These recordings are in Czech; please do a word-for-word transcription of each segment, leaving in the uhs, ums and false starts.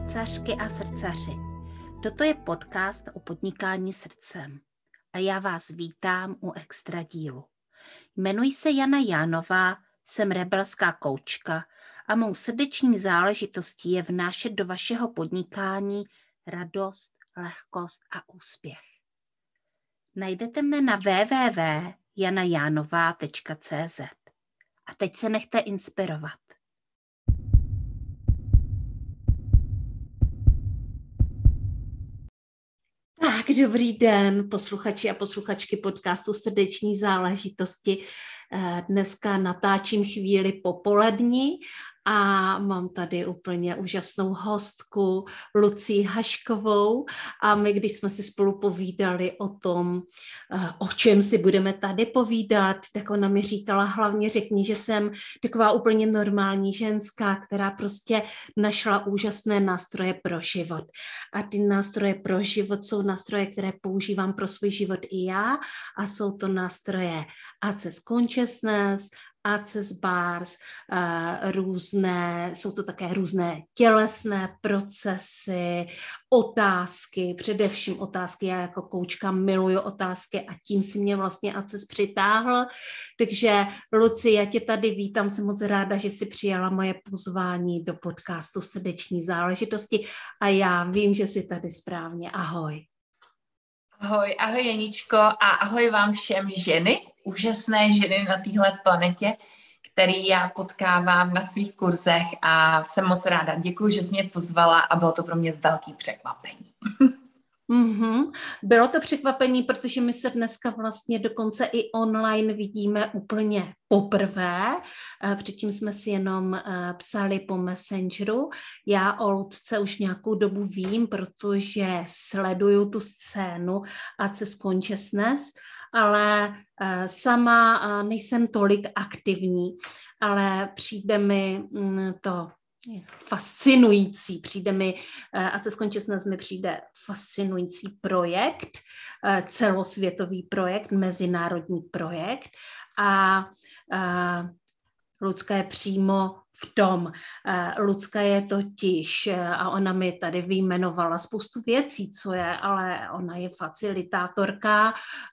srdcařky a srdcaři. Toto je podcast o podnikání srdcem a já vás vítám u extra dílu. Jmenuji se Jana Jánová, jsem rebelská koučka a mou srdeční záležitostí je vnášet do vašeho podnikání radost, lehkost a úspěch. Najdete mne na w w w tečka jana jánová tečka c z. A teď se nechte inspirovat. Tak, dobrý den, posluchači a posluchačky podcastu Srdeční záležitosti. Dneska natáčím chvíli popolední a mám tady úplně úžasnou hostku Lucii Haškovou a my, když jsme si spolu povídali o tom, o čem si budeme tady povídat, tak ona mi říkala, hlavně řekni, že jsem taková úplně normální ženská, která prostě našla úžasné nástroje pro život. A ty nástroje pro život jsou nástroje, které používám pro svůj život i já a jsou to nástroje Access Consciousness, Access Bars, uh, různé, jsou to také různé tělesné procesy, otázky, především otázky, já jako koučka miluju otázky a tím si mě vlastně Access přitáhl, takže Luci, já tě tady vítám, jsem moc ráda, že jsi přijala moje pozvání do podcastu Srdeční záležitosti a já vím, že jsi tady správně, ahoj. Ahoj, ahoj Janičko a ahoj vám všem ženy, úžasné ženy na téhle planetě, který já potkávám na svých kurzech a jsem moc ráda. Děkuji, že jsi mě pozvala a bylo to pro mě velký překvapení. Mm-hmm. Bylo to překvapení, protože my se dneska vlastně dokonce i online vidíme úplně poprvé. Předtím jsme si jenom psali po Messengeru. Já o Lucce už nějakou dobu vím, protože sleduju tu scénu Access Consciousness, ale sama nejsem tolik aktivní, ale přijde mi to fascinující, přijde mi, Access Consciousness mi přijde fascinující projekt, celosvětový projekt, mezinárodní projekt a, a Lucka je přímo v tom. Lucka je totiž, a ona mi tady vyjmenovala spoustu věcí, co je, ale ona je facilitátorka,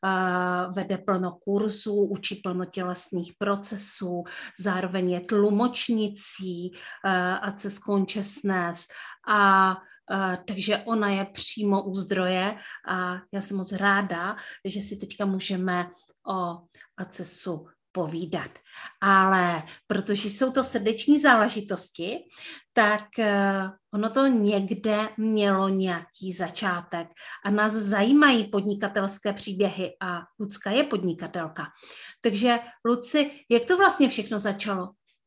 vede plno kurzů, učí plno tělesných procesů, zároveň je tlumočnicí Access Consciousness a Uh, takže ona je přímo u zdroje a já jsem moc ráda, že si teďka můžeme o Accessu povídat. Ale protože jsou to srdeční záležitosti, tak uh, ono to někde mělo nějaký začátek a nás zajímají podnikatelské příběhy a Lucka je podnikatelka. Takže Luci, jak to vlastně všechno začalo?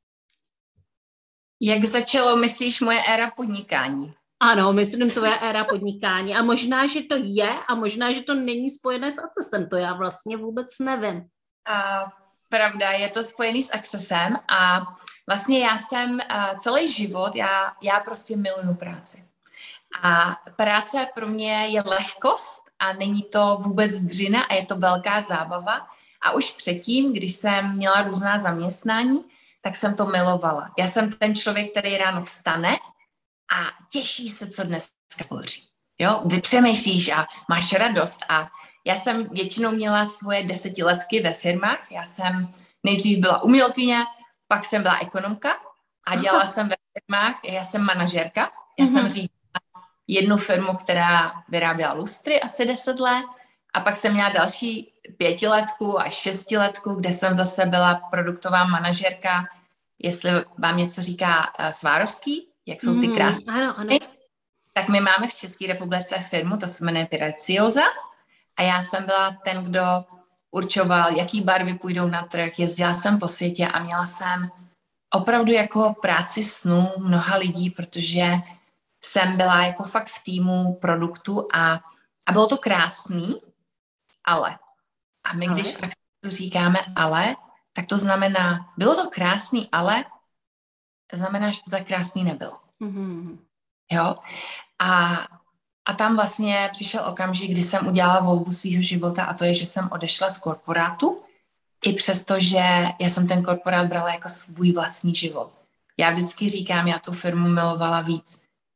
Jak začalo, myslíš, moje éra podnikání? Ano, myslím, to je éra podnikání. A možná, že to je a možná, že to není spojené s Accessem. To já vlastně vůbec nevím. Uh, pravda, je to spojený s Accessem a vlastně já jsem uh, celý život, já, já prostě miluju práci. A práce pro mě je lehkost a není to vůbec dřina a je to velká zábava. A už předtím, když jsem měla různá zaměstnání, tak jsem to milovala. Já jsem ten člověk, který ráno vstane a těší se, co dneska tvoří. Jo, vypřemýšlíš a máš radost. A já jsem většinou měla svoje desetiletky ve firmách. Já jsem nejdřív byla umělkyně, pak jsem byla ekonomka a dělala jsem ve firmách. Já jsem manažerka. Já mm-hmm. jsem řídila jednu firmu, která vyráběla lustry asi deset let a pak jsem měla další pětiletku a šestiletku, kde jsem zase byla produktová manažerka, jestli vám něco říká uh, Svárovský, jak jsou ty krásné. Mm, ano, ano. Tak my máme v České republice firmu, to se jmenuje Preciosa a já jsem byla ten, kdo určoval, jaký barvy půjdou na trh, jezdila jsem po světě a měla jsem opravdu jako práci snů mnoha lidí, protože jsem byla jako fakt v týmu produktu a, a bylo to krásný, ale. A my, ale? Když fakt říkáme ale, tak to znamená, bylo to krásný, ale znamená, že to tak krásný nebylo. Mm-hmm. Jo? A, a tam vlastně přišel okamžik, kdy jsem udělala volbu svého života a to je, že jsem odešla z korporátu, i přesto, že já jsem ten korporát brala jako svůj vlastní život. Já vždycky říkám, já tu firmu milovala víc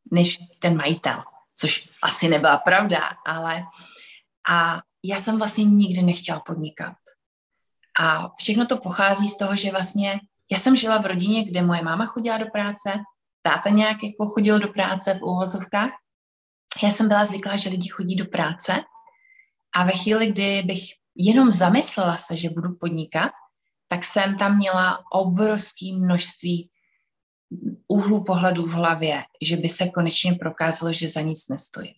než ten majitel, což asi nebyla pravda, ale a já jsem vlastně nikdy nechtěla podnikat. A všechno to pochází z toho, že vlastně já jsem žila v rodině, kde moje máma chodila do práce, táta nějak jako chodil do práce v uvozovkách. Já jsem byla zvyklá, že lidi chodí do práce a ve chvíli, kdy bych jenom zamyslela se, že budu podnikat, tak jsem tam měla obrovské množství úhlů pohledu v hlavě, že by se konečně prokázalo, že za nic nestojím.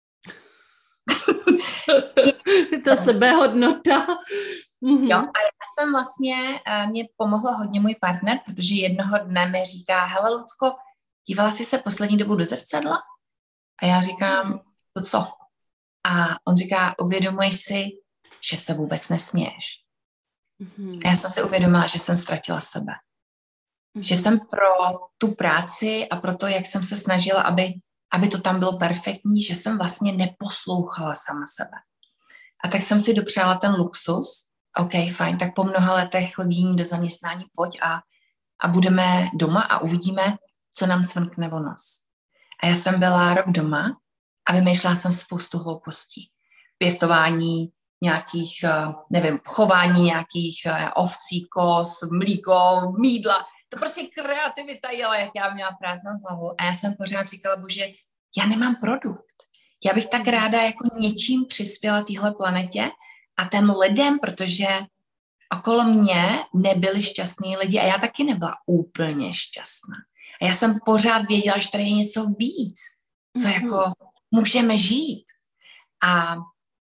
To sebehodnota. Jo, a já jsem vlastně, mě pomohl hodně můj partner, protože jednoho dne mi říká, hele Lucko, dívala jsi se poslední dobu do zrcadla? A já říkám, to co? A on říká, uvědomuješ si, že se vůbec nesměješ. Mm-hmm. A já jsem si uvědomila, že jsem ztratila sebe. Mm-hmm. Že jsem pro tu práci a pro to, jak jsem se snažila, aby, aby to tam bylo perfektní, že jsem vlastně neposlouchala sama sebe. A tak jsem si dopřála ten luxus. OK, fajn, tak po mnoha letech chodění do zaměstnání pojď a, a budeme doma a uvidíme, co nám cvrkne o nos. A já jsem byla rok doma a vymýšlela jsem spoustu hloupostí. Pěstování nějakých, nevím, chování nějakých ovcí, koz, mlíko, mýdla. To prostě kreativita jela, jak já měla prázdnou hlavu. A já jsem pořád říkala, bože, já nemám produkt. Já bych tak ráda jako něčím přispěla téhle planetě a těm lidem, protože okolo mě nebyli šťastní lidi a já taky nebyla úplně šťastná. A já jsem pořád věděla, že tady je něco víc, co mm-hmm. jako můžeme žít. A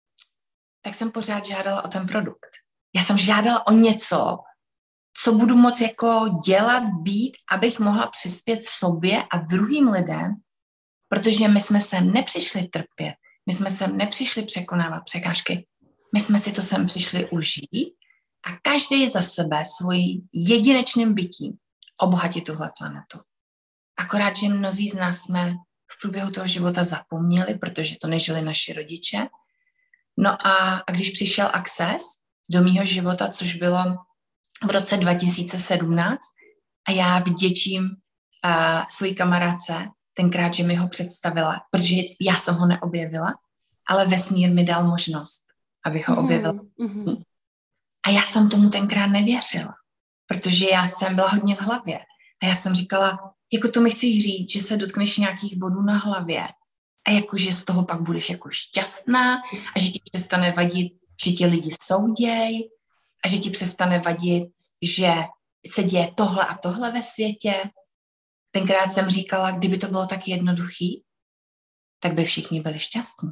tak jsem pořád žádala o ten produkt. Já jsem žádala o něco, co budu moct jako dělat, být, abych mohla přispět sobě a druhým lidem, protože my jsme sem nepřišli trpět, my jsme sem nepřišli překonávat překážky, my jsme si to sem přišli užít a každý za sebe svým jedinečným bytím obohatit tuhle planetu. Akorát, že mnozí z nás jsme v průběhu toho života zapomněli, protože to nežili naši rodiče. No a, a když přišel Access do mýho života, což bylo v roce dva tisíce sedmnáct, a já vděčím uh, svojí kamarádce, tenkrát, že mi ho představila, protože já jsem ho neobjevila, ale vesmír mi dal možnost, abych ho mm-hmm. objevila. Mm-hmm. A já jsem tomu tenkrát nevěřila, protože já jsem byla hodně v hlavě. A já jsem říkala, jako to mi chceš říct, že se dotkneš nějakých bodů na hlavě a jako, že z toho pak budeš jako šťastná a že ti přestane vadit, že ti lidi souděj a že ti přestane vadit, že se děje tohle a tohle ve světě. Tenkrát jsem říkala, kdyby to bylo tak jednoduchý, tak by všichni byli šťastní.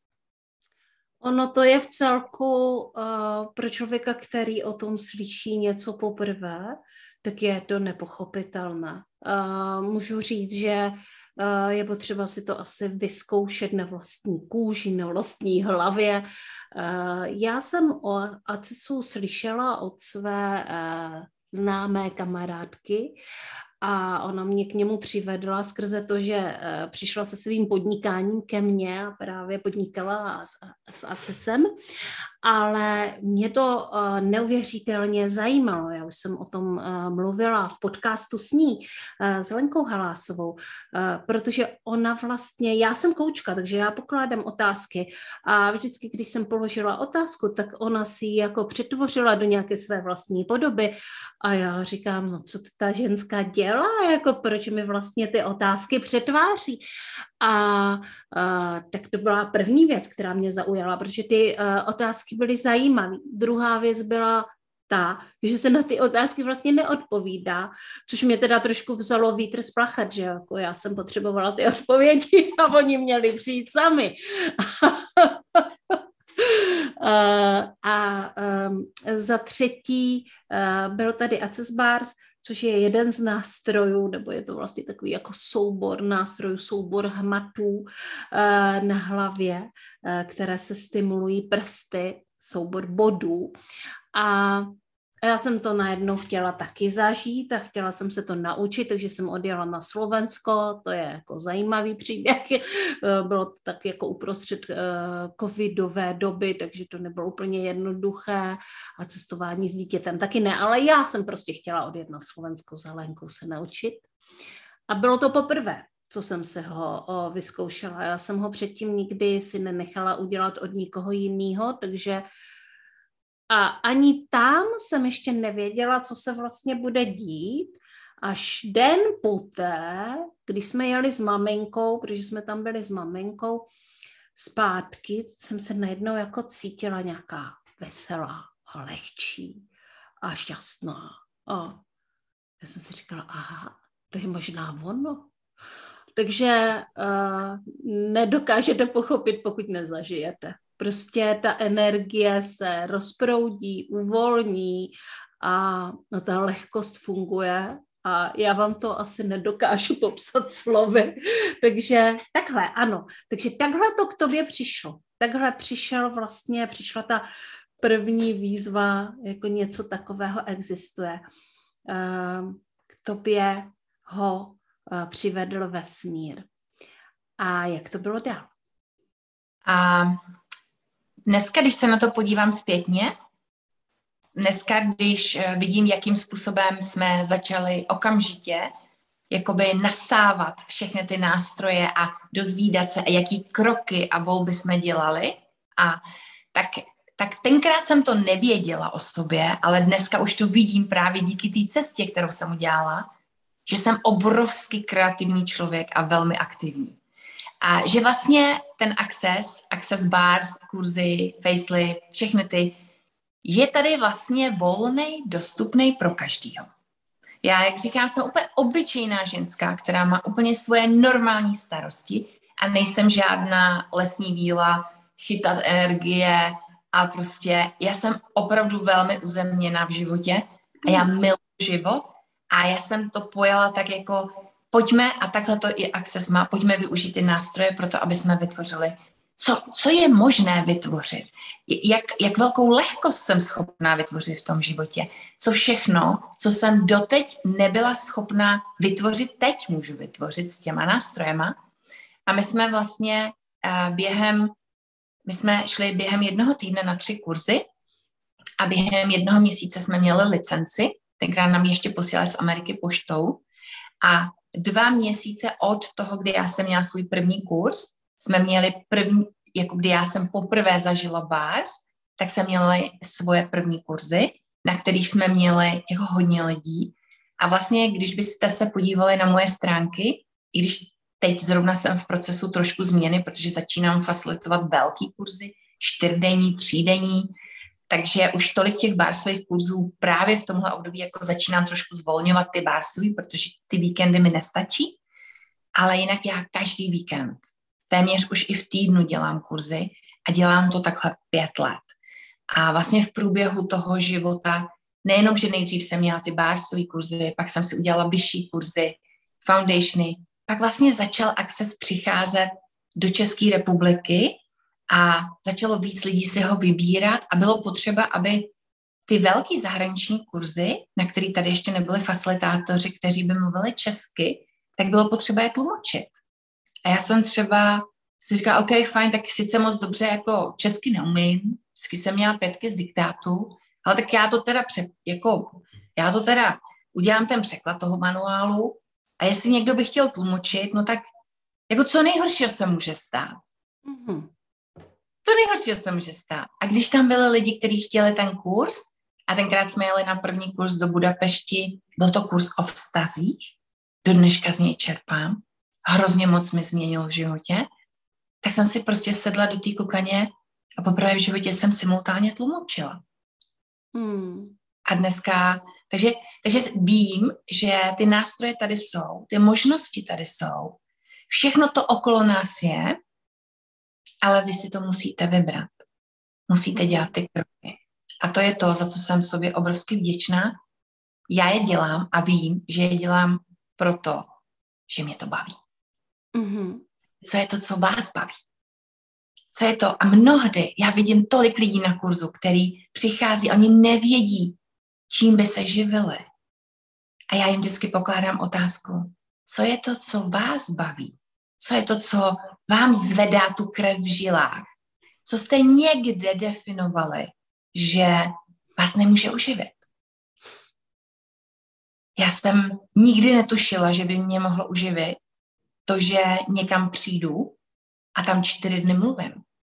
Ono to je v celku uh, pro člověka, který o tom slyší něco poprvé, tak je to nepochopitelné. Uh, můžu říct, že uh, je potřeba si to asi vyzkoušet na vlastní kůži, na vlastní hlavě. Uh, já jsem o Accessu slyšela od své uh, známé kamarádky a ona mě k němu přivedla skrze to, že uh, přišla se svým podnikáním ke mně a právě podnikala s, s Accessem, ale mě to uh, neuvěřitelně zajímalo. Já už jsem o tom uh, mluvila v podcastu s ní, uh, s Lenkou Halásovou, uh, protože ona vlastně, já jsem koučka, takže já pokládám otázky a vždycky, když jsem položila otázku, tak ona si ji jako přetvořila do nějaké své vlastní podoby a já říkám, no co ta ženská dělá, jako proč mi vlastně ty otázky přetváří. A, a tak to byla první věc, která mě zaujala, protože ty uh, otázky byly zajímavé. Druhá věc byla ta, že se na ty otázky vlastně neodpovídá, což mě teda trošku vzalo vítr z plachet, že jako já jsem potřebovala ty odpovědi a oni měli přijít sami. uh, a um, za třetí uh, byl tady Access Bars, což je jeden z nástrojů, nebo je to vlastně takový jako soubor nástrojů, soubor hmatů uh, na hlavě, uh, které se stimulují prsty, soubor bodů. A já jsem to najednou chtěla taky zažít a chtěla jsem se to naučit, takže jsem odjela na Slovensko, to je jako zajímavý příběh, bylo to tak jako uprostřed covidové doby, takže to nebylo úplně jednoduché a cestování s dítětem taky ne, ale já jsem prostě chtěla odjet na Slovensko za Lenkou se naučit a bylo to poprvé, co jsem se ho o, vyzkoušela. Já jsem ho předtím nikdy si nenechala udělat od nikoho jiného, takže a ani tam jsem ještě nevěděla, co se vlastně bude dít, až den poté, když jsme jeli s maminkou, protože jsme tam byli s maminkou zpátky, jsem se najednou jako cítila nějaká veselá a lehčí a šťastná. A já jsem si říkala, aha, to je možná ono. Takže uh, nedokážete pochopit, pokud nezažijete. Prostě ta energie se rozproudí, uvolní a no, ta lehkost funguje a já vám to asi nedokážu popsat slovy. Takže takhle, ano. Takže takhle to k tobě přišlo. Takhle přišel vlastně, přišla ta první výzva, jako něco takového existuje. K tobě ho přivedl vesmír. A jak to bylo dál? A dneska, když se na to podívám zpětně, dneska, když vidím, jakým způsobem jsme začali okamžitě jakoby nasávat všechny ty nástroje a dozvídat se, a jaký kroky a volby jsme dělali, a tak, tak tenkrát jsem to nevěděla o sobě, ale dneska už to vidím právě díky té cestě, kterou jsem udělala, že jsem obrovský kreativní člověk a velmi aktivní. A že vlastně ten Access, Access Bars, kurzy, facelift, všechny ty, je tady vlastně volnej, dostupný pro každýho. Já, jak říkám, jsem úplně obyčejná ženská, která má úplně svoje normální starosti a nejsem žádná lesní víla, chytat energie a prostě já jsem opravdu velmi uzemněná v životě a já miluji život a já jsem to pojala tak jako pojďme, a takhle to i Access má, pojďme využít ty nástroje pro to, aby jsme vytvořili, co, co je možné vytvořit, jak, jak velkou lehkost jsem schopná vytvořit v tom životě, co všechno, co jsem doteď nebyla schopná vytvořit, teď můžu vytvořit s těma nástrojema. A my jsme vlastně uh, během, my jsme šli během jednoho týdne na tři kurzy a během jednoho měsíce jsme měli licenci, tenkrát nám ještě posílali z Ameriky poštou, a dva měsíce od toho, kdy já jsem měla svůj první kurz, jsme měli první, jako kdy já jsem poprvé zažila bars, tak jsme měli svoje první kurzy, na kterých jsme měli jako hodně lidí. A vlastně, když byste se podívali na moje stránky, i když teď zrovna jsem v procesu trošku změny, protože začínám facilitovat velký kurzy, čtyřdenní, třídenní, takže už tolik těch barsových kurzů právě v tomhle období jako začínám trošku zvolňovat ty barsový, protože ty víkendy mi nestačí, ale jinak já každý víkend, téměř už i v týdnu dělám kurzy a dělám to takhle pět let. A vlastně v průběhu toho života, nejenom, že nejdřív jsem měla ty barsový kurzy, pak jsem si udělala vyšší kurzy, foundationy, pak vlastně začal Access přicházet do České republiky a začalo víc lidí si ho vybírat a bylo potřeba, aby ty velký zahraniční kurzy, na který tady ještě nebyli facilitátoři, kteří by mluvili česky, tak bylo potřeba je tlumočit. A já jsem třeba si říkala, OK, fajn, tak sice moc dobře jako česky neumím, vždycky jsem měla pětky z diktátu, ale tak já to teda pře, jako, já to teda udělám ten překlad toho manuálu a jestli někdo by chtěl tlumočit, no tak jako co nejhoršího se může stát. Mm-hmm. Co nejhoršího se může stát. A když tam byli lidi, kteří chtěli ten kurz, a tenkrát jsme jeli na první kurz do Budapešti, byl to kurz o vztazích, do dneška z něj čerpám, hrozně moc mi změnil v životě, tak jsem si prostě sedla do té kukaně a poprvé v životě jsem simultánně tlumočila. Hmm. A dneska, takže, takže vím, že ty nástroje tady jsou, ty možnosti tady jsou, všechno to okolo nás je, ale vy si to musíte vybrat. Musíte dělat ty kroky. A to je to, za co jsem sobě obrovsky vděčná. Já je dělám a vím, že je dělám proto, že mě to baví. Mm-hmm. Co je to, co vás baví? Co je to? A mnohdy já vidím tolik lidí na kurzu, který přichází, oni nevědí, čím by se živili. A já jim vždycky pokládám otázku, co je to, co vás baví? Co je to, co vám zvedá tu krev v žilách? Co jste někde definovali, že vás nemůže uživit? Já jsem nikdy netušila, že by mě mohlo uživit to, že někam přijdu a tam čtyři dny mluvím.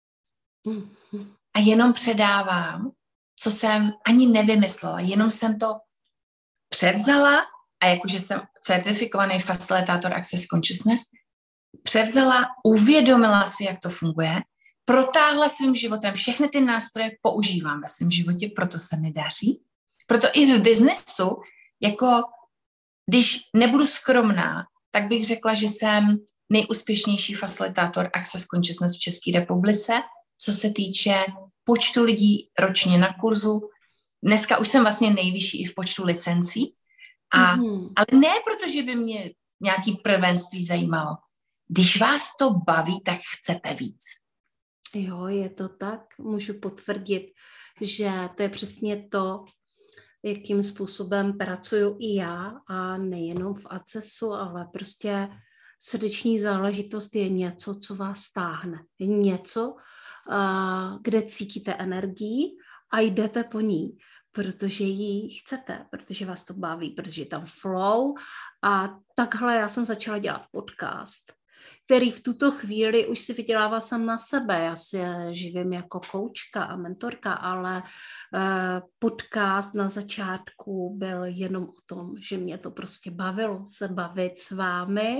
A jenom předávám, co jsem ani nevymyslela, jenom jsem to převzala a jakože jsem certifikovaný facilitátor Access Consciousness, převzala, uvědomila si, jak to funguje, protáhla svým životem, všechny ty nástroje používám ve svém životě, proto se mi daří. Proto i v biznesu, jako když nebudu skromná, tak bych řekla, že jsem nejúspěšnější facilitátor Access Consciousness v České republice, co se týče počtu lidí ročně na kurzu. Dneska už jsem vlastně nejvyšší i v počtu licencí. A, mm-hmm. Ale ne proto, že by mě nějaký prvenství zajímalo. Když vás to baví, tak chcete víc. Jo, je to tak. Můžu potvrdit, že to je přesně to, jakým způsobem pracuju i já a nejenom v Accessu, ale prostě srdeční záležitost je něco, co vás táhne. Je něco, kde cítíte energii a jdete po ní, protože ji chcete, protože vás to baví, protože je tam flow. A takhle já jsem začala dělat podcast, který v tuto chvíli už si vydělává sám na sebe. Já si živím jako koučka a mentorka, ale podcast na začátku byl jenom o tom, že mě to prostě bavilo se bavit s vámi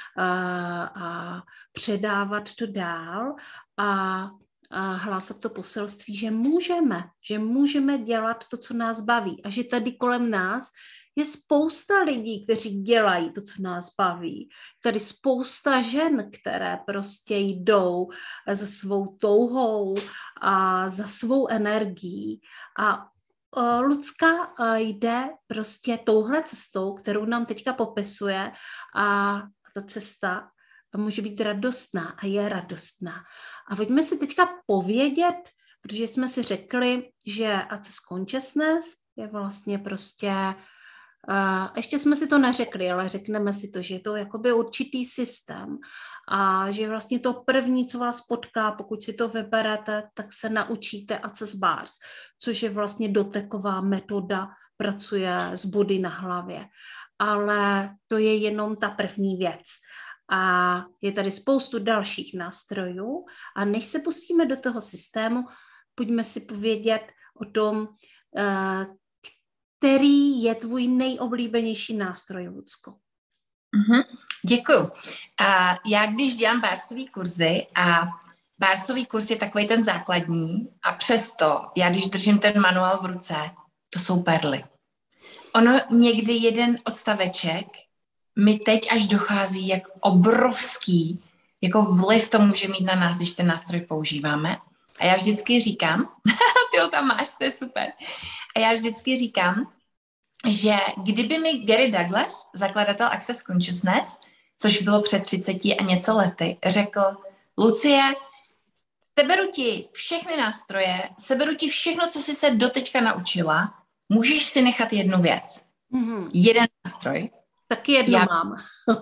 a předávat to dál a a hlásat to poselství, že můžeme, že můžeme dělat to, co nás baví a že tady kolem nás je spousta lidí, kteří dělají to, co nás baví. Tady spousta žen, které prostě jdou za svou touhou a za svou energií a Lucka jde prostě touhle cestou, kterou nám teďka popisuje a ta cesta může být radostná a je radostná. A pojďme si teďka povědět, protože jsme si řekli, že Access Consciousness je vlastně prostě, uh, ještě jsme si to neřekli, ale řekneme si to, že je to jakoby určitý systém a že vlastně to první, co vás potká, pokud si to vyberete, tak se naučíte Access Bars, což je vlastně doteková metoda, pracuje s body na hlavě. Ale to je jenom ta první věc. A je tady spoustu dalších nástrojů a než se pustíme do toho systému, pojďme si povědět o tom, který je tvůj nejoblíbenější nástroj, Lucko. Mm-hmm. Děkuju. Uh, já když dělám Barsový kurzy a Barsový kurz je takový ten základní a přesto, já když držím ten manuál v ruce, to jsou perly. Ono někdy jeden odstaveček mi teď až dochází, jak obrovský jako vliv to může mít na nás, když ten nástroj používáme. A já vždycky říkám, ty ho tam máš, to je super. A já vždycky říkám, že kdyby mi Gary Douglas, zakladatel Access Consciousness, což bylo před třiceti a něco lety, řekl, Lucie, seberu ti všechny nástroje, seberu ti všechno, co jsi se doteďka naučila, můžeš si nechat jednu věc. Mm-hmm. Jeden nástroj. Taky jedno já, mám.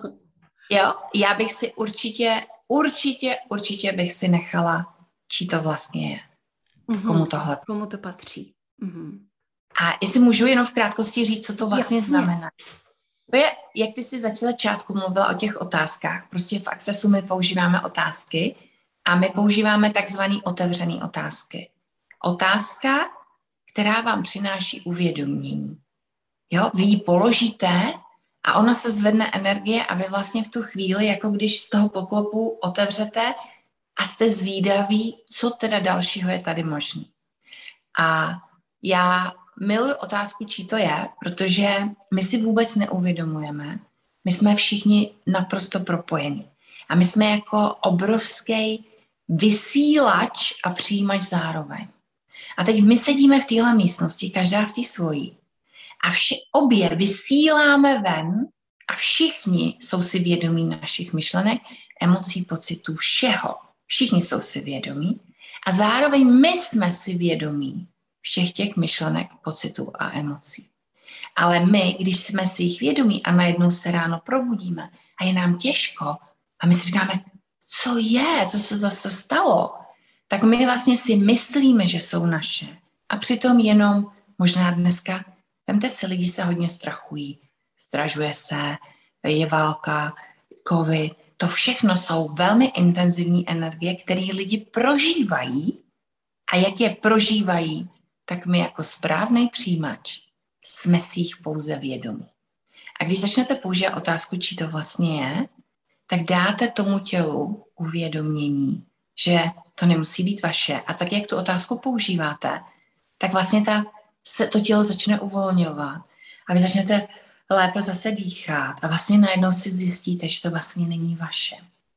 jo, já bych si určitě, určitě, určitě bych si nechala, čí to vlastně je. Mm-hmm. Komu tohle. Komu to patří. Mm-hmm. A jestli můžu jenom v krátkosti říct, co to vlastně Jasně. znamená. To je, jak ty jsi začala začátku mluvila o těch otázkách. Prostě v Accessu my používáme otázky a my používáme takzvané otevřené otázky. Otázka, která vám přináší uvědomění. Jo, vy ji položíte a ona se zvedne energie a vy vlastně v tu chvíli, jako když z toho poklopu otevřete a jste zvídaví, co teda dalšího je tady možný. A já miluji otázku, čí to je, protože my si vůbec neuvědomujeme. My jsme všichni naprosto propojení. A my jsme jako obrovský vysílač a přijímač zároveň. A teď my sedíme v téhle místnosti, každá v té svojí. A vši, obě vysíláme ven a všichni jsou si vědomí našich myšlenek, emocí, pocitů, všeho. Všichni jsou si vědomí. A zároveň my jsme si vědomí všech těch myšlenek, pocitů a emocí. Ale my, když jsme si jich vědomí a najednou se ráno probudíme a je nám těžko a my si říkáme, co je, co se zase stalo, tak my vlastně si myslíme, že jsou naše. A přitom jenom možná dneska, vemte si, lidi se hodně strachují, zdražuje se, je válka, covid, to všechno jsou velmi intenzivní energie, které lidi prožívají a jak je prožívají, tak my jako správný přijímač jsme si jich pouze vědomí. A když začnete používat otázku, či to vlastně je, tak dáte tomu tělu uvědomění, že to nemusí být vaše. A tak, jak tu otázku používáte, tak vlastně ta, se to tělo začne uvolňovat a vy začnete lépe zase dýchat a vlastně najednou si zjistíte, že to vlastně není vaše.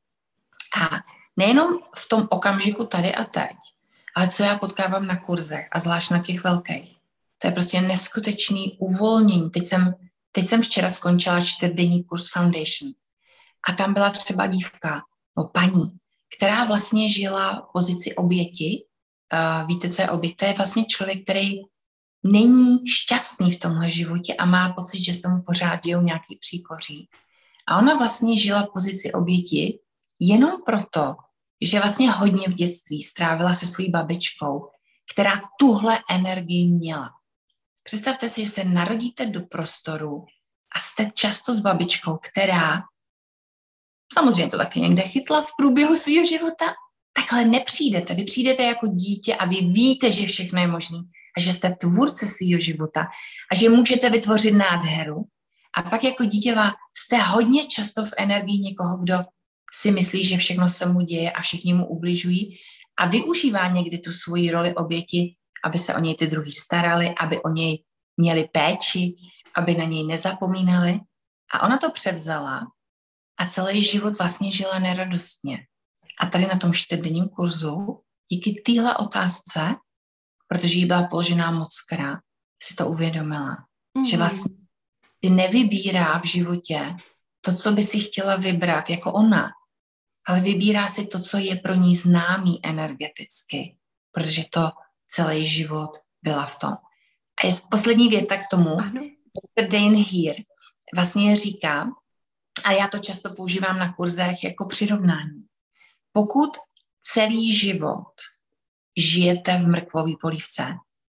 A nejenom v tom okamžiku tady a teď, ale co já potkávám na kurzech a zvlášť na těch velkých, to je prostě neskutečný uvolnění. Teď jsem, teď jsem včera skončila čtyřdenní kurz Foundation a tam byla třeba dívka, no paní, která vlastně žila v pozici oběti. Uh, víte, co je oběť? To je vlastně člověk, který není šťastný v tomhle životě a má pocit, že se mu pořád dějou nějaký příkoří. A ona vlastně žila v pozici oběti jenom proto, že vlastně hodně v dětství strávila se svojí babičkou, která tuhle energii měla. Představte si, že se narodíte do prostoru a jste často s babičkou, která samozřejmě to taky někde chytla v průběhu svého života, takhle nepřijdete. Vy přijdete jako dítě a vy víte, že všechno je možné a že jste tvůrce svého života a že můžete vytvořit nádheru. A pak jako dítě jste hodně často v energii někoho, kdo si myslí, že všechno se mu děje a všichni mu ubližují a využívá někdy tu svoji roli oběti, aby se o něj ty druhý starali, aby o něj měli péči, aby na něj nezapomínali. A ona to převzala a celý život vlastně žila neradostně. A tady na tom čtyřdenním kurzu díky téhle otázce, protože jí byla položená mockrát, si to uvědomila, mm-hmm. že vlastně si nevybírá v životě to, co by si chtěla vybrat jako ona, ale vybírá si to, co je pro ní známý energeticky, protože to celý život byla v tom. A je poslední věta k tomu, doktor Dain Heer vlastně říká, a já to často používám na kurzech jako přirovnání. Pokud celý život žijete v mrkvové polívce,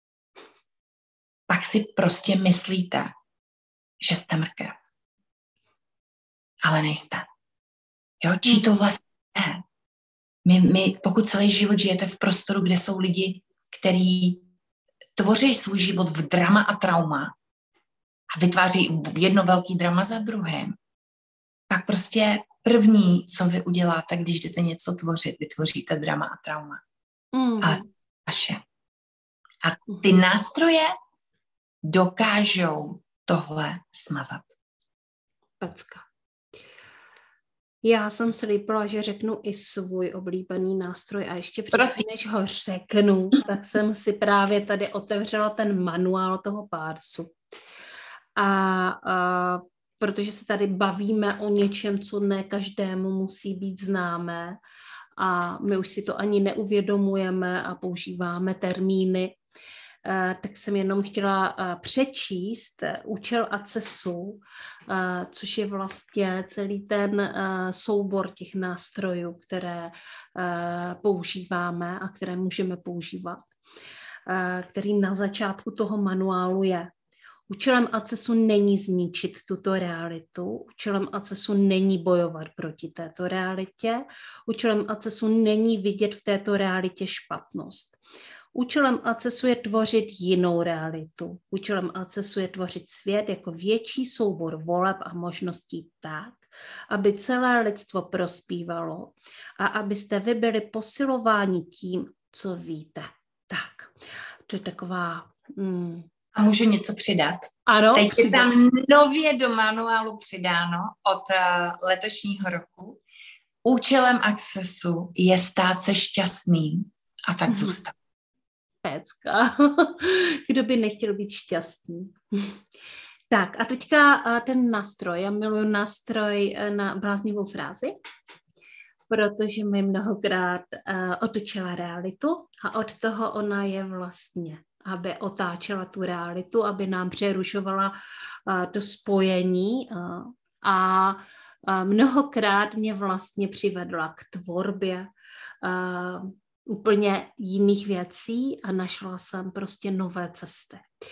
pak si prostě myslíte, že jste mrkev. Ale nejste. Jo, čí to vlastně je? My, my, pokud celý život žijete v prostoru, kde jsou lidi, kteří tvoří svůj život v drama a trauma a vytváří jedno velký drama za druhým, pak prostě první, co vy uděláte, když jdete něco tvořit, vytvoříte drama a trauma. Mm. Ale vaše. A ty nástroje dokážou tohle smazat. Pecka. Já jsem slíbila, že řeknu i svůj oblíbený nástroj a ještě předtím, než ho řeknu, tak jsem si právě tady otevřela ten manuál toho pársu. A, a protože se tady bavíme o něčem, co ne každému musí být známé a my už si to ani neuvědomujeme a používáme termíny, tak jsem jenom chtěla přečíst účel Accesu, což je vlastně celý ten soubor těch nástrojů, které používáme a které můžeme používat, který na začátku toho manuálu je. Účelem Accesu není zničit tuto realitu, účelem Accesu není bojovat proti této realitě, účelem Accesu není vidět v této realitě špatnost. Účelem Accesu je tvořit jinou realitu. Účelem Accesu je tvořit svět jako větší soubor voleb a možností tak, aby celé lidstvo prospívalo a abyste vy byli posilováni tím, co víte. Tak, to je taková... Hmm, A můžu něco přidat? Ano, teď přidat. Je tam nově do manuálu přidáno od uh, letošního roku. Účelem Accesu je stát se šťastným a tak mm-hmm. zůstat. Pecka. Kdo by nechtěl být šťastný? Tak a teďka ten nástroj. Já miluji nástroj na bláznivou frázi, protože mi mnohokrát uh, otočila realitu a od toho ona je vlastně, aby otáčela tu realitu, aby nám přerušovala uh, to spojení uh, a uh, mnohokrát mě vlastně přivedla k tvorbě uh, úplně jiných věcí a našla jsem prostě nové cesty.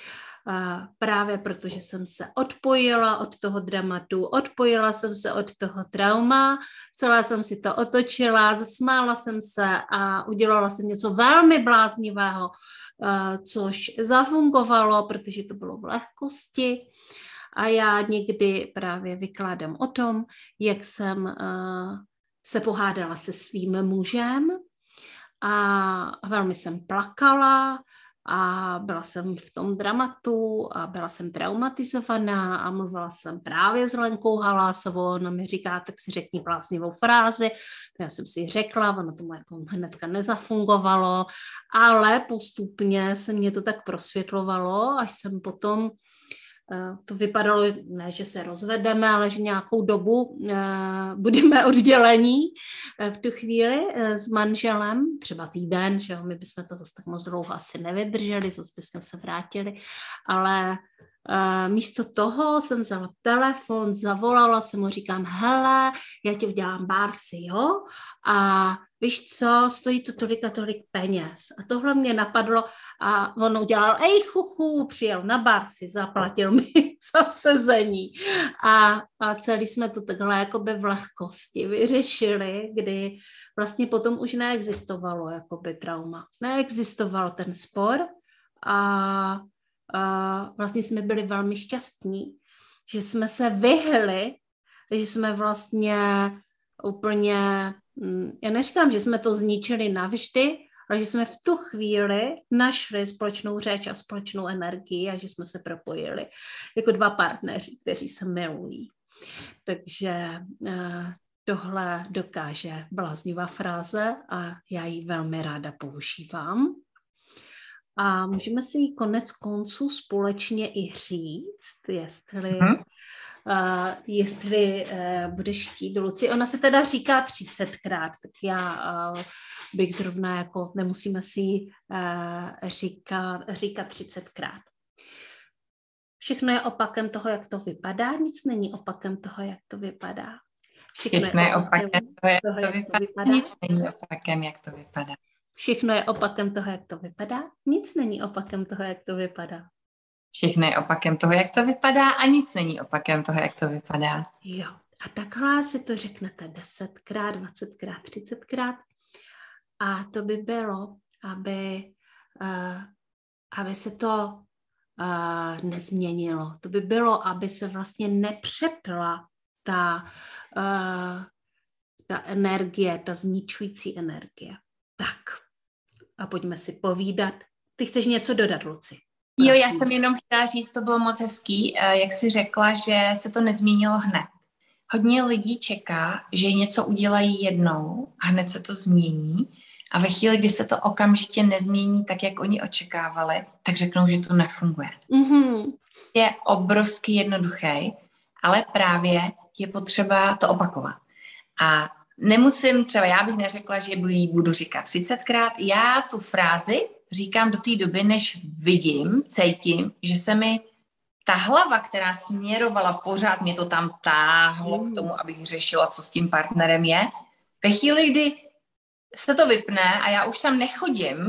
právě protože jsem se odpojila od toho dramatu, odpojila jsem se od toho trauma, celá jsem si to otočila, zasmála jsem se a udělala jsem něco velmi bláznivého, což zafungovalo, protože to bylo v lehkosti. A já někdy právě vykládám o tom, jak jsem se pohádala se svým mužem a velmi jsem plakala a byla jsem v tom dramatu a byla jsem traumatizovaná a mluvila jsem právě s Lenkou Halásovou, ona mi říká, tak si řekni bláznivou frázi, to já jsem si řekla, ono tomu jako hnedka nezafungovalo, ale postupně se mě to tak prosvětlovalo, až jsem potom to vypadalo, ne, že se rozvedeme, ale že nějakou dobu uh, budeme oddělení uh, v tu chvíli uh, s manželem, třeba týden, že jo, my bychom to zase tak moc dlouho asi nevydrželi, zase bychom se vrátili, ale uh, místo toho jsem vzala telefon, zavolala jsem mu, říkám, hele, já ti udělám bársy, jo, a víš co, stojí to tolik a tolik peněz. A tohle mě napadlo a on udělal, ej chuchu, přijel na bársy, zaplatil mi za sezení. A, a celý jsme to takhle jakoby v lehkosti vyřešili, kdy vlastně potom už neexistovalo jakoby trauma. Neexistoval ten spor a, a vlastně jsme byli velmi šťastní, že jsme se vyhli, že jsme vlastně úplně... Já neříkám, že jsme to zničili navždy, ale že jsme v tu chvíli našli společnou řeč a společnou energii a že jsme se propojili jako dva partneři, kteří se milují. Takže uh, tohle dokáže bláznivá fráze a já ji velmi ráda používám. A můžeme si ji konec konců společně i říct, jestli... Hmm. Uh, jestli uh, budeš chtít, Luci. Ona se teda říká třicetkrát, tak já uh, bych zrovna jako, nemusíme si uh, říkat, říkat třicetkrát. Všechno je opakem toho, jak to vypadá, nic není opakem toho, jak to vypadá. Všechno, Všechno je opakem toho, jak toho, to, jak to vypadá, nic není opakem, jak to vypadá. Všechno je opakem toho, jak to vypadá, nic není opakem toho, jak to vypadá. Všechno je opakem toho, jak to vypadá a nic není opakem toho, jak to vypadá. Jo. A takhle si to řeknete desetkrát, dvacetkrát, třicetkrát a to by bylo, aby, uh, aby se to uh, nezměnilo. To by bylo, aby se vlastně nepřepla ta, uh, ta energie, ta zničující energie. Tak. A pojďme si povídat. Ty chceš něco dodat, Luci? Jo, já jsem jenom chtěla říct, to bylo moc hezký, jak jsi řekla, že se to nezměnilo hned. Hodně lidí čeká, že něco udělají jednou a hned se to změní a ve chvíli, kdy se to okamžitě nezmění tak, jak oni očekávali, tak řeknou, že to nefunguje. Mm-hmm. Je obrovsky jednoduchý, ale právě je potřeba to opakovat. A nemusím, třeba já bych neřekla, že budu říkat třicetkrát, já tu frázi říkám do té doby, než vidím, cítím, že se mi ta hlava, která směrovala pořád, mě to tam táhlo k tomu, abych řešila, co s tím partnerem je. Ve chvíli, kdy se to vypne a já už tam nechodím,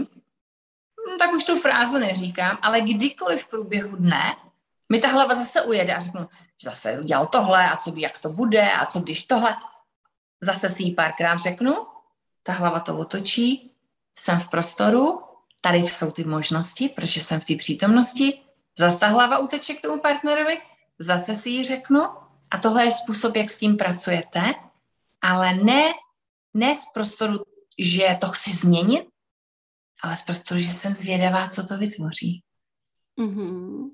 no, tak už tu frázu neříkám, ale kdykoliv v průběhu dne mi ta hlava zase ujede a řeknu, že zase udělal tohle a co, jak to bude a co když tohle. Zase si ji párkrát řeknu, ta hlava to otočí, jsem v prostoru, tady jsou ty možnosti, protože jsem v té přítomnosti, zase ta hlava uteče k tomu partnerovi, zase si ji řeknu a tohle je způsob, jak s tím pracujete, ale ne, ne z prostoru, že to chci změnit, ale z prostoru, že jsem zvědavá, co to vytvoří. Mm-hmm.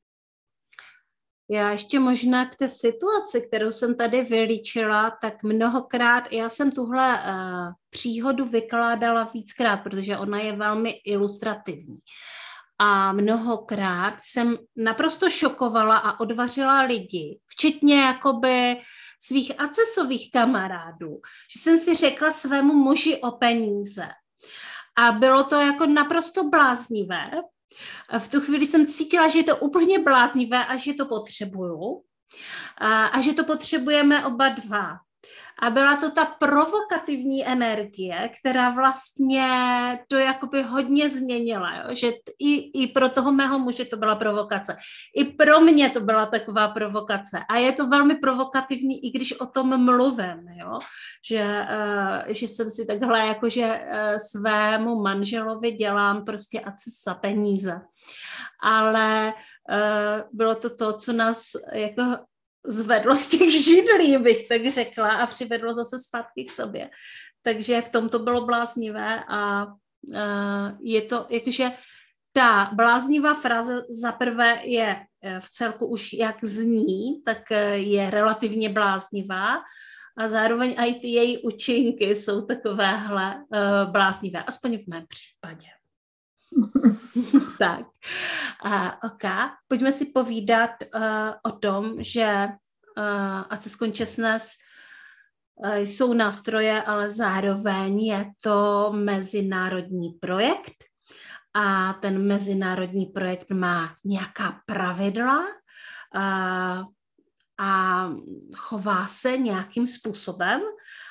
Já ještě možná k té situaci, kterou jsem tady vylíčila, tak mnohokrát, já jsem tuhle uh, příhodu vykládala víckrát, protože ona je velmi ilustrativní. A mnohokrát jsem naprosto šokovala a odvařila lidi, včetně jakoby svých acesových kamarádů, že jsem si řekla svému muži o peníze. A bylo to jako naprosto bláznivé. V tu chvíli jsem cítila, že je to úplně bláznivé a že to potřebuju a, a že to potřebujeme oba dva. A byla to ta provokativní energie, která vlastně to jakoby hodně změnila, jo? Že i, i pro toho mého muže to byla provokace. I pro mě to byla taková provokace. A je to velmi provokativní, i když o tom mluvím, jo? Že, uh, že jsem si takhle jakože uh, svému manželovi dělám prostě asi za peníze. Ale uh, bylo to to, co nás jako zvedlo z těch židlí, bych tak řekla, a přivedlo zase zpátky k sobě. Takže v tom to bylo bláznivé a uh, je to, jakože ta bláznivá fráze zaprvé je v celku už jak zní, tak je relativně bláznivá a zároveň i ty její účinky jsou takovéhle uh, bláznivé, aspoň v mém případě. Tak, uh, ok. Pojďme si povídat uh, o tom, že uh, Access Consciousness uh, jsou nástroje, ale zároveň je to mezinárodní projekt a ten mezinárodní projekt má nějaká pravidla uh, a chová se nějakým způsobem.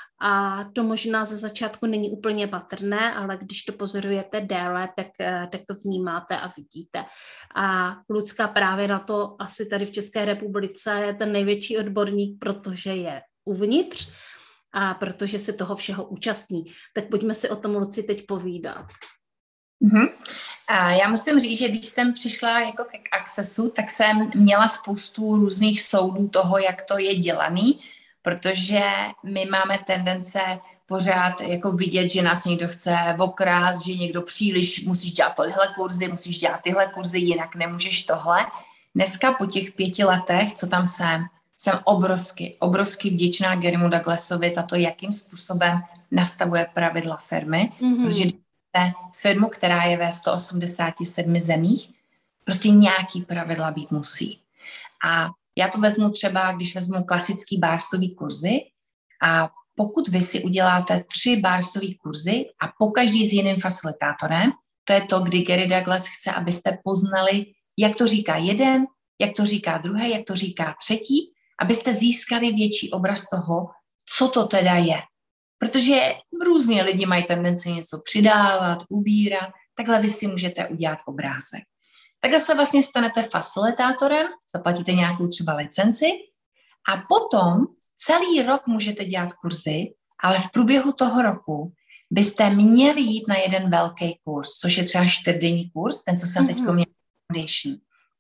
A to možná ze začátku není úplně patrné, ale když to pozorujete déle, tak, tak to vnímáte a vidíte. A Lucka právě na to asi tady v České republice je ten největší odborník, protože je uvnitř a protože se toho všeho účastní. Tak pojďme si o tom, Luci, teď povídat. Mm-hmm. A já musím říct, že když jsem přišla jako k Accessu, tak jsem měla spoustu různých soudů toho, jak to je dělaný, protože my máme tendence pořád jako vidět, že nás někdo chce okrást, že někdo příliš musíš dělat tohle kurzy, musíš dělat tyhle kurzy, jinak nemůžeš tohle. Dneska po těch pěti letech, co tam jsem, jsem obrovsky, obrovsky vděčná Garymu Douglasovi za to, jakým způsobem nastavuje pravidla firmy, mm-hmm. protože firmu, která je ve sto osmdesáti sedmi zemích, prostě nějaký pravidla být musí. A já to vezmu třeba, když vezmu klasický bársový kurzy a pokud vy si uděláte tři bársový kurzy a pokaždý s jiným facilitátorem, to je to, kdy Gary Douglas chce, abyste poznali, jak to říká jeden, jak to říká druhý, jak to říká třetí, abyste získali větší obraz toho, co to teda je. Protože různě lidi mají tendenci něco přidávat, ubírat, takhle vy si můžete udělat obrázek. Takhle se vlastně stanete facilitátorem, zaplatíte nějakou třeba licenci a potom celý rok můžete dělat kurzy, ale v průběhu toho roku byste měli jít na jeden velký kurz, což je třeba čtyřdenní kurz, ten, co jsem mm-hmm. teď měla foundation.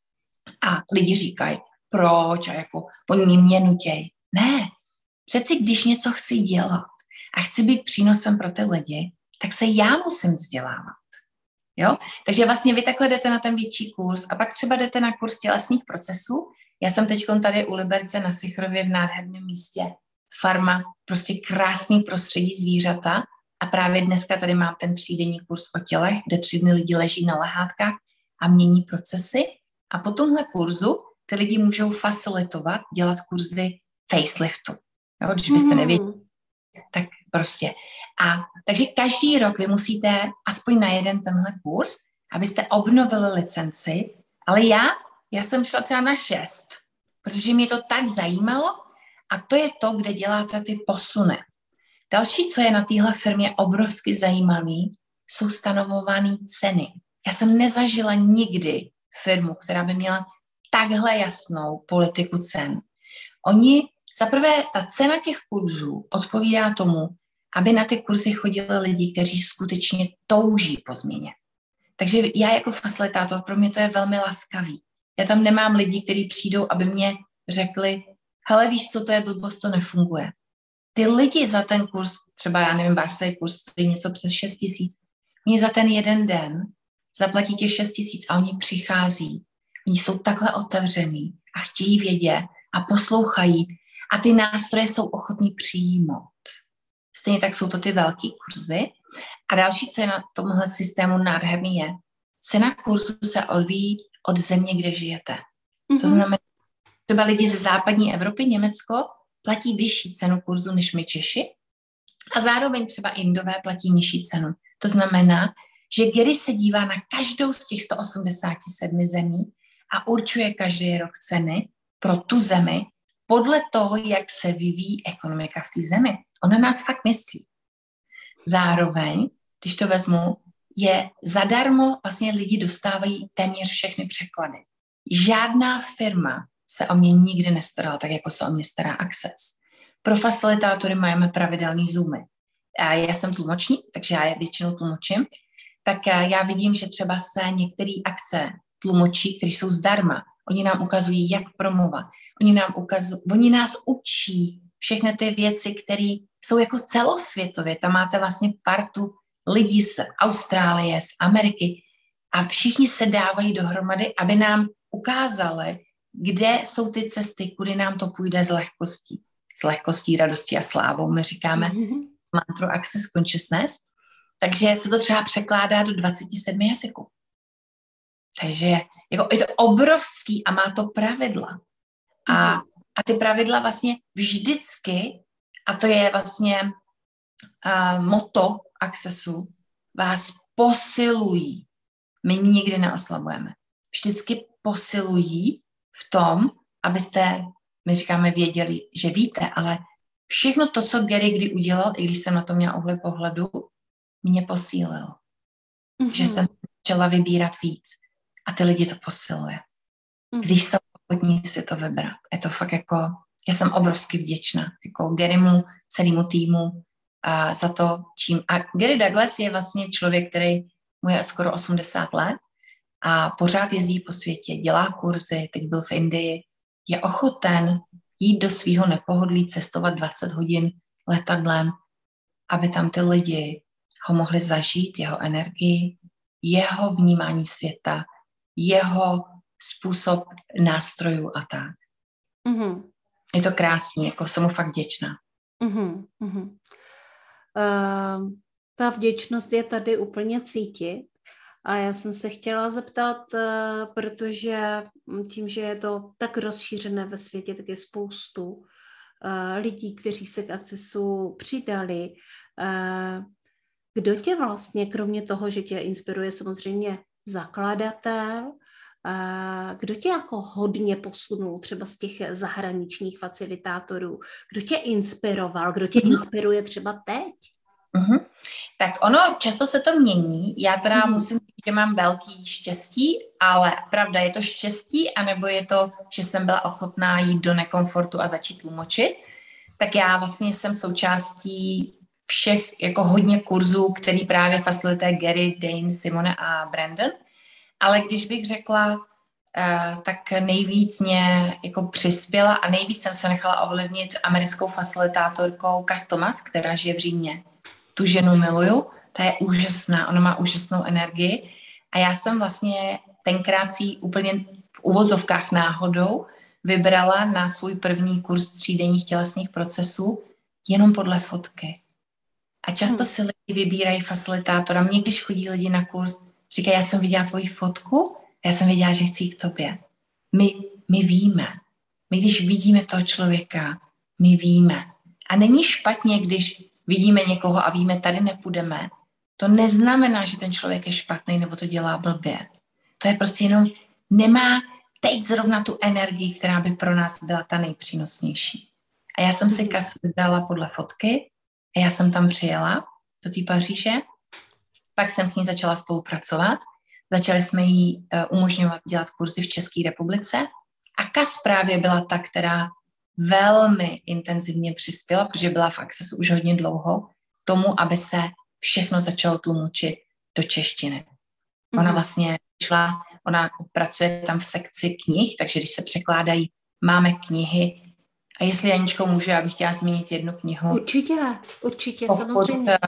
A lidi říkají, proč? A jako oni mě nutěj. Ne, přeci když něco chci dělat a chci být přínosem pro ty lidi, tak se já musím vzdělávat. Jo? Takže vlastně vy takhle jdete na ten větší kurz a pak třeba jdete na kurz tělesných procesů. Já jsem teď tady u Liberce na Sichrově v nádherném místě. Farma, prostě krásný prostředí zvířata a právě dneska tady mám ten třídenní kurz o tělech, kde tři dny lidi leží na lehátkách a mění procesy a po tomhle kurzu ty lidi můžou facilitovat, dělat kurzy faceliftu. Jo? Když byste nevěděli, tak prostě. A takže každý rok vy musíte aspoň na jeden tenhle kurz, abyste obnovili licenci, ale já, já jsem šla třeba na šest, protože mě to tak zajímalo a to je to, kde děláte ty posuny. Další, co je na téhle firmě obrovsky zajímavý, jsou stanovované ceny. Já jsem nezažila nikdy firmu, která by měla takhle jasnou politiku cen. Oni zaprvé ta cena těch kurzů odpovídá tomu, aby na ty kurzy chodili lidi, kteří skutečně touží po změně. Takže já jako facilitátor, pro mě to je velmi laskavý. Já tam nemám lidi, kteří přijdou, aby mě řekli, hele, víš, co to je blbost, to nefunguje. Ty lidi za ten kurz, třeba já nevím, bářský kurz stojí něco přes šest tisíc, oni za ten jeden den zaplatí těch šest tisíc a oni přichází. Oni jsou takhle otevřený a chtějí vědět a poslouchají a ty nástroje jsou ochotní přijmout. Stejně tak jsou to ty velký kurzy. A další, co je na tomhle systému nádherný, je, cena kurzu se odvíjí od země, kde žijete. Mm-hmm. To znamená, třeba lidi ze západní Evropy, Německo, platí vyšší cenu kurzu než my Češi a zároveň třeba Indové platí nižší cenu. To znamená, že Gary se dívá na každou z těch sto osmdesáti sedmi zemí a určuje každý rok ceny pro tu zemi podle toho, jak se vyvíjí ekonomika v té zemi. Ona nás fakt myslí. Zároveň, když to vezmu, je zadarmo, vlastně lidi dostávají téměř všechny překlady. Žádná firma se o mě nikdy nestarala, tak jako se o mě stará Access. Pro facilitátory máme pravidelný zoomy. A já jsem tlumočník, takže já je většinou tlumočím. Tak já vidím, že třeba se některé akce tlumočí, které jsou zdarma. Oni nám ukazují, jak promluvat. Oni, nám ukazují, oni nás učí všechny ty věci, které jsou jako celosvětově. Tam máte vlastně partu lidí z Austrálie, z Ameriky a všichni se dávají dohromady, aby nám ukázali, kde jsou ty cesty, kudy nám to půjde s lehkostí. S lehkostí, radostí a slávou. My říkáme mm-hmm. mantru Access Consciousness. Takže se to třeba překládá do dvacet sedm jazyků. Takže jako, je to obrovský a má to pravidla. A, a ty pravidla vlastně vždycky, a to je vlastně uh, motto Accessu, vás posilují. My nikdy neoslabujeme. Vždycky posilují v tom, abyste, my říkáme, věděli, že víte, ale všechno to, co Gary kdy udělal, i když jsem na to měla úhly pohledu, mě posílil. Mm-hmm. Že jsem začala vybírat víc. A ty lidi to posiluje. Mm-hmm. Když jsou ochotní si to vybrat. Je to fakt jako, já jsem obrovsky vděčná. Jako Garymu, celému týmu a za to, čím. A Gary Douglas je vlastně člověk, který mu je skoro osmdesát let a pořád jezdí po světě, dělá kurzy, teď byl v Indii, je ochoten jít do svého nepohodlí, cestovat dvacet hodin letadlem, aby tam ty lidi ho mohli zažít, jeho energii, jeho vnímání světa, jeho způsob nástrojů a tak. Mm-hmm. Je to krásný, jako jsem mu fakt vděčná. Mm-hmm. Uh, ta vděčnost je tady úplně cítit. A já jsem se chtěla zeptat, uh, protože tím, že je to tak rozšířené ve světě, tak je spoustu uh, lidí, kteří se k Accessu přidali. Uh, kdo tě vlastně, kromě toho, že tě inspiruje samozřejmě zakladatel, kdo tě jako hodně posunul třeba z těch zahraničních facilitátorů? Kdo tě inspiroval? Kdo tě inspiruje třeba teď? Uh-huh. Tak ono, často se to mění. Já teda uh-huh. musím říct, že mám velký štěstí, ale pravda, je to štěstí, anebo je to, že jsem byla ochotná jít do nekomfortu a začít tlumočit. Tak já vlastně jsem součástí všech jako hodně kurzů, který právě facilituje Gary, Dane, Simone a Brandon. Ale když bych řekla, uh, tak nejvíc mě jako přispěla a nejvíc jsem se nechala ovlivnit americkou facilitátorkou Cass Thomas, která žije v Římě. Tu ženu miluju, ta je úžasná, ona má úžasnou energii a já jsem vlastně tenkrát si úplně v uvozovkách náhodou vybrala na svůj první kurz třídenních tělesných procesů jenom podle fotky. A často si lidi vybírají facilitátora. Mně, když chodí lidi na kurz, říkají, já jsem viděla tvoji fotku, já jsem viděla, že chci jít k tobě. My, my víme. My, když vidíme toho člověka, my víme. A není špatně, když vidíme někoho a víme, tady nepůjdeme. To neznamená, že ten člověk je špatný nebo to dělá blbě. To je prostě jenom, nemá teď zrovna tu energii, která by pro nás byla ta nejpřínosnější. A já jsem si Cass vybrala podle fotky a já jsem tam přijela do té Paříže. Pak jsem s ní začala spolupracovat. Začali jsme jí uh, umožňovat dělat kurzy v České republice. A Cass právě byla ta, která velmi intenzivně přispěla, protože byla v Accessu už hodně dlouho, tomu, aby se všechno začalo tlumočit do češtiny. Ona vlastně šla, ona pracuje tam v sekci knih, takže když se překládají, máme knihy. A jestli, Janičko, můžu, já bych chtěla zmínit jednu knihu. Určitě, určitě, pokud, samozřejmě.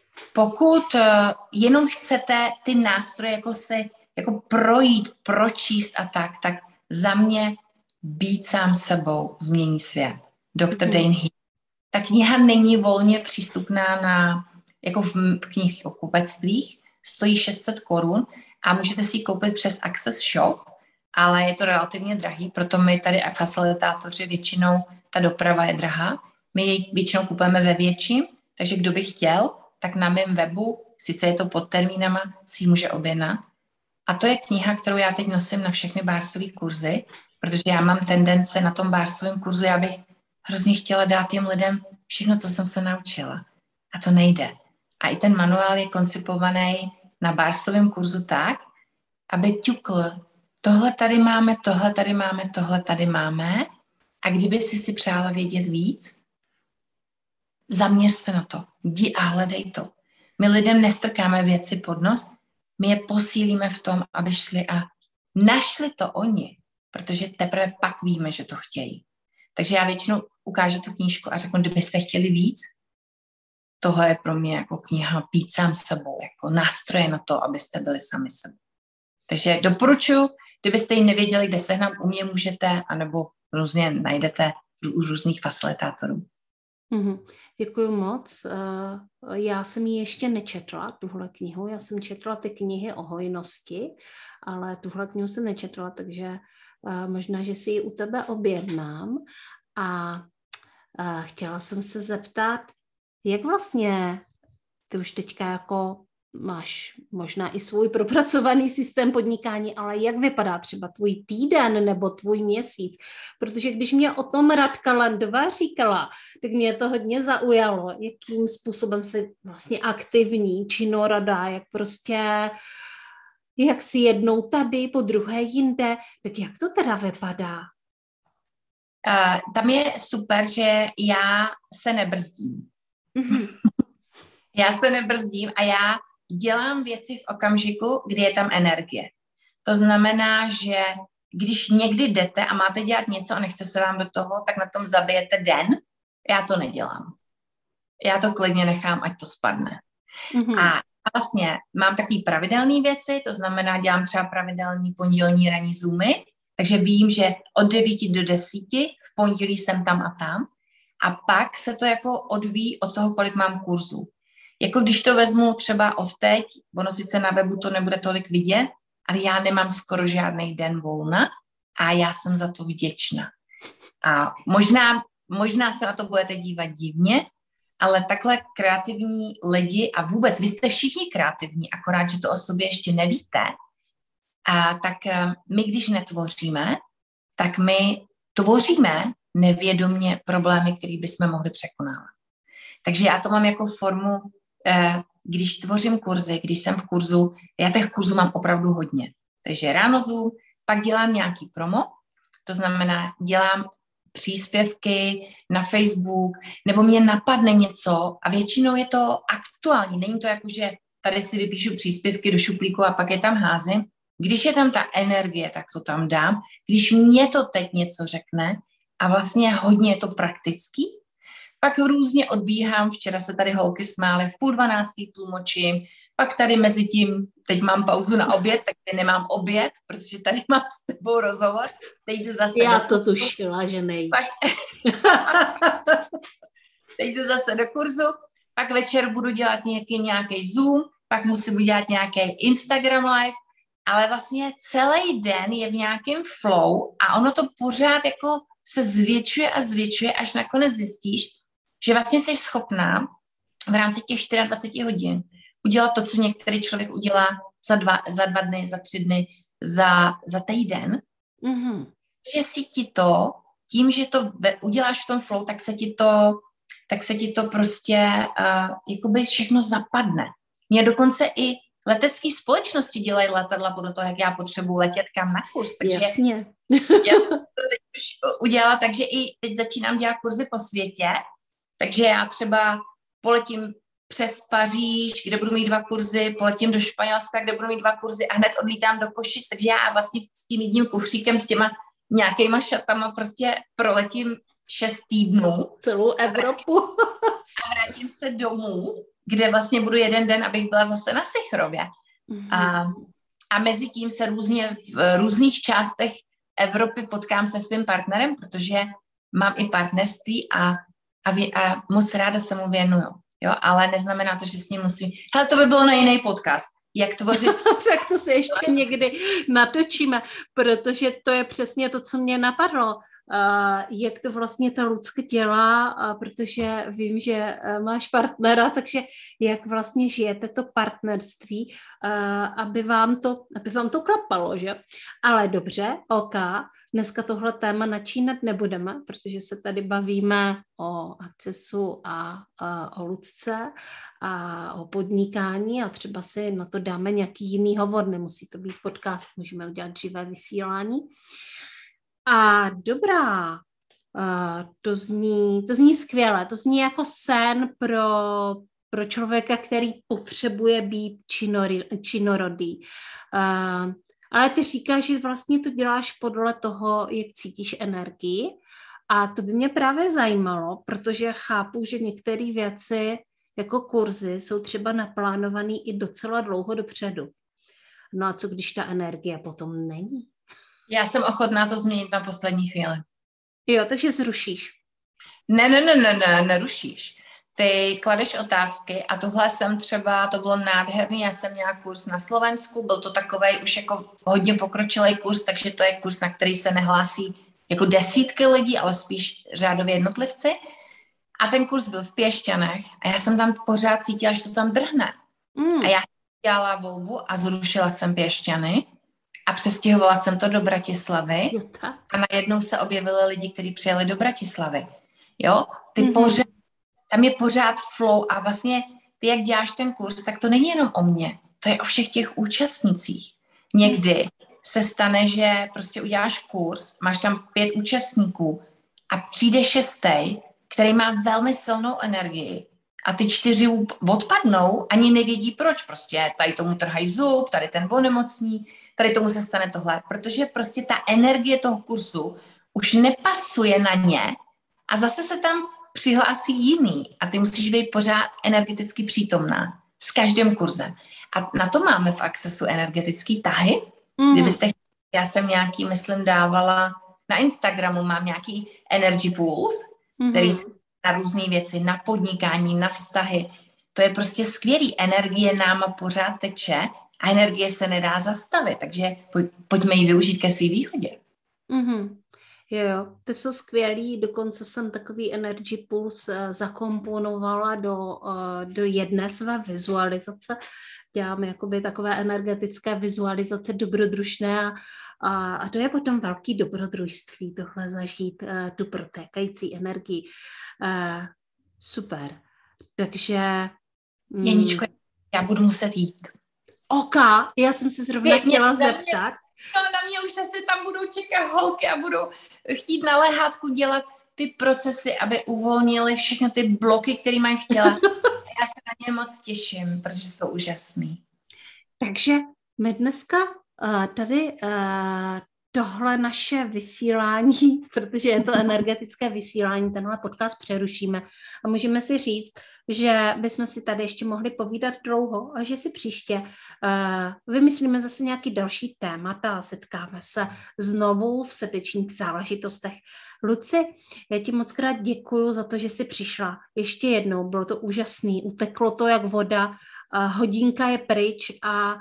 Pokud uh, jenom chcete ty nástroje jako se jako projít, pročíst a tak, tak za mě Být sám sebou změní svět. doktor mm. Dain Heer. Ta kniha není volně přístupná na, jako v, v knihkupectvích, stojí šest set korun a můžete si ji koupit přes Access Shop, ale je to relativně drahý, proto my tady facilitátoři většinou, ta doprava je drahá, my ji většinou kupujeme ve větším, takže kdo by chtěl, tak na mém webu, sice je to pod termínama, si ji může objednat. A to je kniha, kterou já teď nosím na všechny bársové kurzy Protože já mám tendence na tom bársovém kurzu, já bych hrozně chtěla dát těm lidem všechno, co jsem se naučila. A to nejde. A i ten manuál je koncipovaný na bársovém kurzu tak, aby ťukl, tohle tady máme, tohle tady máme, tohle tady máme. A kdyby si si přála vědět víc, zaměř se na to. Jdi a hledej to. My lidem nestrkáme věci pod nos, my je posílíme v tom, aby šli a našli to oni, protože teprve pak víme, že to chtějí. Takže já většinou ukážu tu knížku a řeknu, kdybyste chtěli víc, tohle je pro mě jako kniha Být sám sebou, jako nástroje na to, abyste byli sami sebou. Takže doporučuji, kdybyste ji nevěděli, kde sehnat, u mě můžete, anebo různě najdete u různých facilitátorů. Mm-hmm. Děkuji moc. Já jsem ji ještě nečetla, tuhle knihu. Já jsem četla ty knihy o hojnosti, ale tuhle knihu jsem nečetla, takže možná, že si ji u tebe objednám. A chtěla jsem se zeptat, jak vlastně ty už teďka jako máš možná i svůj propracovaný systém podnikání, ale jak vypadá třeba tvůj týden nebo tvůj měsíc? Protože když mě o tom Radka Landová říkala, tak mě to hodně zaujalo, jakým způsobem se vlastně aktivní, činorodá, jak prostě, jak si jednou tady, po druhé jinde, tak jak to teda vypadá? Uh, tam je super, že já se nebrzdím. Mm-hmm. Já se nebrzdím a já dělám věci v okamžiku, kdy je tam energie. To znamená, že když někdy jdete a máte dělat něco a nechce se vám do toho, tak na tom zabijete den. Já to nedělám. Já to klidně nechám, ať to spadne. Mm-hmm. A vlastně mám takový pravidelné věci, to znamená, dělám třeba pravidelný pondělní ranní zoomy, takže vím, že od devíti do desíti v pondělí jsem tam a tam a pak se to jako odvíjí od toho, kolik mám kurzů. Jako když to vezmu třeba od teď, ono sice na webu to nebude tolik vidět, ale já nemám skoro žádný den volna a já jsem za to vděčná. A možná, možná se na to budete dívat divně, ale takhle kreativní lidi a vůbec, vy jste všichni kreativní, akorát, že to o sobě ještě nevíte, a tak my, když netvoříme, tak my tvoříme nevědomě problémy, které bychom mohli překonávat. Takže já to mám jako formu, když tvořím kurzy, když jsem v kurzu, já těch kurzů mám opravdu hodně. Takže ráno Zoom, pak dělám nějaký promo, to znamená, dělám příspěvky na Facebook, nebo mě napadne něco a většinou je to aktuální. Není to jako, že tady si vypíšu příspěvky do šuplíku a pak je tam házím. Když je tam ta energie, tak to tam dám. Když mě to teď něco řekne a vlastně hodně je to praktický, pak různě odbíhám, včera se tady holky smály, v půl dvanáctý tlumočím, pak tady mezi tím, teď mám pauzu na oběd, tak teď nemám oběd, protože tady mám s tebou rozhovor, teď jdu zase Já do to tušila, že nejde. Pak... teď jdu zase do kurzu, pak večer budu dělat nějaký, nějaký Zoom, pak musím udělat nějaký Instagram live, ale vlastně celý den je v nějakém flow a ono to pořád jako se zvětšuje a zvětšuje, až nakonec zjistíš, že vlastně jsi schopná v rámci těch dvacet čtyři hodin udělat to, co některý člověk udělá za dva, za dva dny, za tři dny, za, za týden. Mm-hmm. Že si ti to, tím, že to uděláš v tom flow, tak se ti to, tak se ti to prostě uh, jakoby všechno zapadne. Mě dokonce i letecké společnosti dělají letadla podle toho, jak já potřebuji letět kam na kurz. Takže jasně. Já to teď už udělala, takže i teď začínám dělat kurzy po světě, takže já třeba poletím přes Paříž, kde budu mít dva kurzy, poletím do Španělska, kde budu mít dva kurzy a hned odlítám do Košic, takže já vlastně s tím jedním kufříkem, s těma nějakýma šatama prostě proletím šest týdnů. Celou Evropu. A vrátím se domů, kde vlastně budu jeden den, abych byla zase na Sichrově. Mm-hmm. A, a mezi tím se různě v různých částech Evropy potkám se svým partnerem, protože mám i partnerství a, a, vě, a moc ráda se mu věnuju. Jo, ale neznamená to, že s ním musím... Hele, to by bylo na jiný podcast. Jak tvořit... Tak to se ještě někdy natočíme, protože to je přesně to, co mě napadlo. jak to vlastně ta Lucka dělá, protože vím, že máš partnera, takže jak vlastně žijete to partnerství, aby vám to, aby vám to klapalo, že? Ale dobře, OK, dneska tohle téma načínat nebudeme, protože se tady bavíme o Accessu a, a o Lucce a o podnikání a třeba si na to dáme nějaký jiný hovor, nemusí to být podcast, můžeme udělat živé vysílání. A dobrá, uh, to zní, to zní skvěle, to zní jako sen pro, pro člověka, který potřebuje být činori, činorodý. Uh, ale ty říkáš, že vlastně to děláš podle toho, jak cítíš energii a to by mě právě zajímalo, protože chápu, že některé věci jako kurzy jsou třeba naplánované i docela dlouho dopředu. No a co když ta energie potom není? Já jsem ochotná to změnit na poslední chvíli. Jo, takže zrušíš. Ne, ne, ne, ne, ne, nerušíš. Ty kladeš otázky a tohle jsem třeba, to bylo nádherný, já jsem měla kurz na Slovensku, byl to takovej už jako hodně pokročilý kurz, takže to je kurz, na který se nehlásí jako desítky lidí, ale spíš řádově jednotlivci. A ten kurz byl v Piešťanech a já jsem tam pořád cítila, že to tam drhne. Mm. A já jsem dělala volbu a zrušila jsem Piešťany a přestěhovala jsem to do Bratislavy a najednou se objevili lidi, kteří přijeli do Bratislavy. Jo, ty mm-hmm. pořád, tam je pořád flow a vlastně ty, jak děláš ten kurz, tak to není jenom o mně, to je o všech těch účastnících. Někdy se stane, že prostě uděláš kurz, máš tam pět účastníků a přijde šestý, který má velmi silnou energii a ty čtyři odpadnou, ani nevědí proč. Prostě tady tomu trhají zub, tady ten byl nemocný, tady tomu se stane tohle, protože prostě ta energie toho kurzu už nepasuje na ně a zase se tam přihlásí jiný a ty musíš být pořád energeticky přítomná s každým kurzem. A na to máme v Accessu energetický tahy. Mm. Kdybyste chtěli, já jsem nějaký, myslím, dávala na Instagramu, mám nějaký energy pools, mm-hmm. který jsou na různé věci, na podnikání, na vztahy. To je prostě skvělý. Energie náma pořád teče a energie se nedá zastavit, takže poj- pojďme ji využít ke svý výhodě. Mm-hmm. Jo, jo, ty jsou skvělý, dokonce jsem takový Energy Pulse zakomponovala do, do jedné své vizualizace. Děláme jakoby takové energetické vizualizace dobrodružné a, a, a to je potom velký dobrodružství, tohle zažít, tu protékající energii. Uh, super. Takže... Mm, Jeničko, já budu muset jít. OK, já jsem se zrovna mě, chtěla mě, zeptat. No, na mě už zase tam budou čekat holky a budou chtít na lehátku dělat ty procesy, aby uvolnili všechny ty bloky, které mají v těle. Já se na ně moc těším, protože jsou úžasný. Takže my dneska uh, tady uh, tohle naše vysílání, protože je to energetické vysílání, tenhle podcast přerušíme a můžeme si říct, že bychom si tady ještě mohli povídat dlouho a že si příště uh, vymyslíme zase nějaký další témata a setkáme se znovu v srdečních záležitostech. Luci, já ti moc krát děkuju za to, že jsi přišla. Ještě jednou, bylo to úžasný, uteklo to jak voda, uh, hodinka je pryč a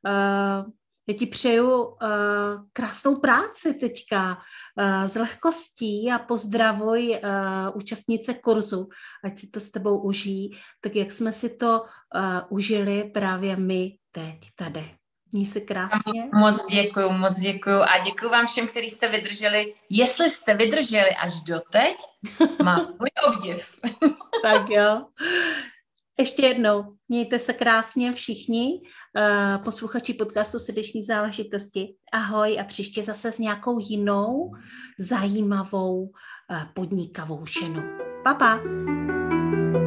uh, já ti přeju uh, krásnou práci teďka uh, s lehkostí a pozdravuj uh, účastnice kurzu, ať si to s tebou užijí, tak jak jsme si to uh, užili právě my teď tady. Měj se krásně. Moc děkuju, moc děkuju a děkuju vám všem, kteří jste vydrželi. Jestli jste vydrželi až doteď, mám můj obdiv. Tak jo. Ještě jednou, mějte se krásně všichni, uh, posluchači podcastu Srdeční záležitosti. Ahoj a příště zase s nějakou jinou zajímavou uh, podnikavou ženou. Pa, pa.